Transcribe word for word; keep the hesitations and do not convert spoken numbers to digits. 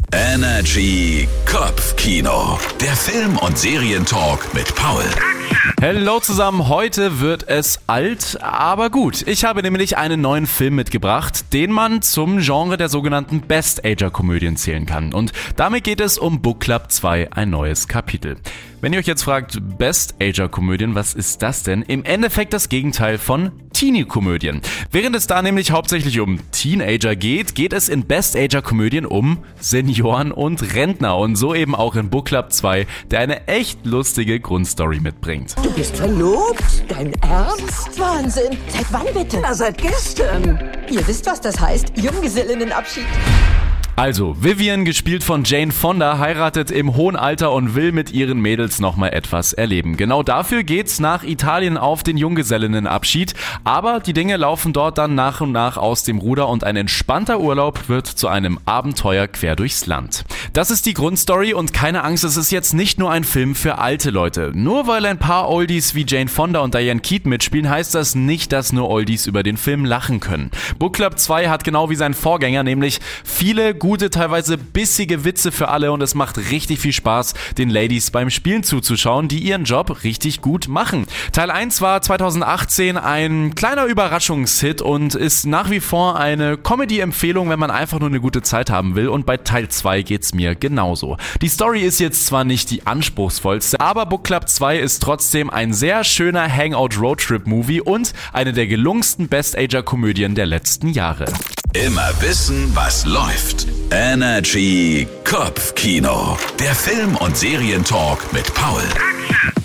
Energy Kopfkino. Der Film- und Serientalk mit Paul. Hallo zusammen, heute wird es alt, aber gut. Ich habe nämlich einen neuen Film mitgebracht, den man zum Genre der sogenannten Best-Ager-Komödien zählen kann. Und damit geht es um Book Club zwei, ein neues Kapitel. Wenn ihr euch jetzt fragt, Best-Ager-Komödien, was ist das denn? Im Endeffekt das Gegenteil von Teenie-Komödien. Während es da nämlich hauptsächlich um Teenager geht, geht es in Best-Ager-Komödien um Senioren und Rentner. Und so eben auch in Book Club zwei, der eine echt lustige Grundstory mitbringt. Du bist verlobt? Dein Ernst? Wahnsinn. Seit wann bitte? Na, seit gestern. Ihr wisst, was das heißt. Junggesellinnenabschied. Also, Vivian, gespielt von Jane Fonda, heiratet im hohen Alter und will mit ihren Mädels nochmal etwas erleben. Genau dafür geht's nach Italien auf den Junggesellinnenabschied. Aber die Dinge laufen dort dann nach und nach aus dem Ruder und ein entspannter Urlaub wird zu einem Abenteuer quer durchs Land. Das ist die Grundstory und keine Angst, es ist jetzt nicht nur ein Film für alte Leute. Nur weil ein paar Oldies wie Jane Fonda und Diane Keaton mitspielen, heißt das nicht, dass nur Oldies über den Film lachen können. Book Club zwei hat genau wie sein Vorgänger nämlich viele gute gute, teilweise bissige Witze für alle und es macht richtig viel Spaß, den Ladies beim Spielen zuzuschauen, die ihren Job richtig gut machen. Teil eins war zweitausendachtzehn ein kleiner Überraschungshit und ist nach wie vor eine Comedy-Empfehlung, wenn man einfach nur eine gute Zeit haben will, und bei Teil zwei geht's mir genauso. Die Story ist jetzt zwar nicht die anspruchsvollste, aber Book Club zwei ist trotzdem ein sehr schöner Hangout-Roadtrip-Movie und eine der gelungensten Best-Ager-Komödien der letzten Jahre. Immer wissen, was läuft. Energy Kopfkino. Der Film- und Serientalk mit Paul.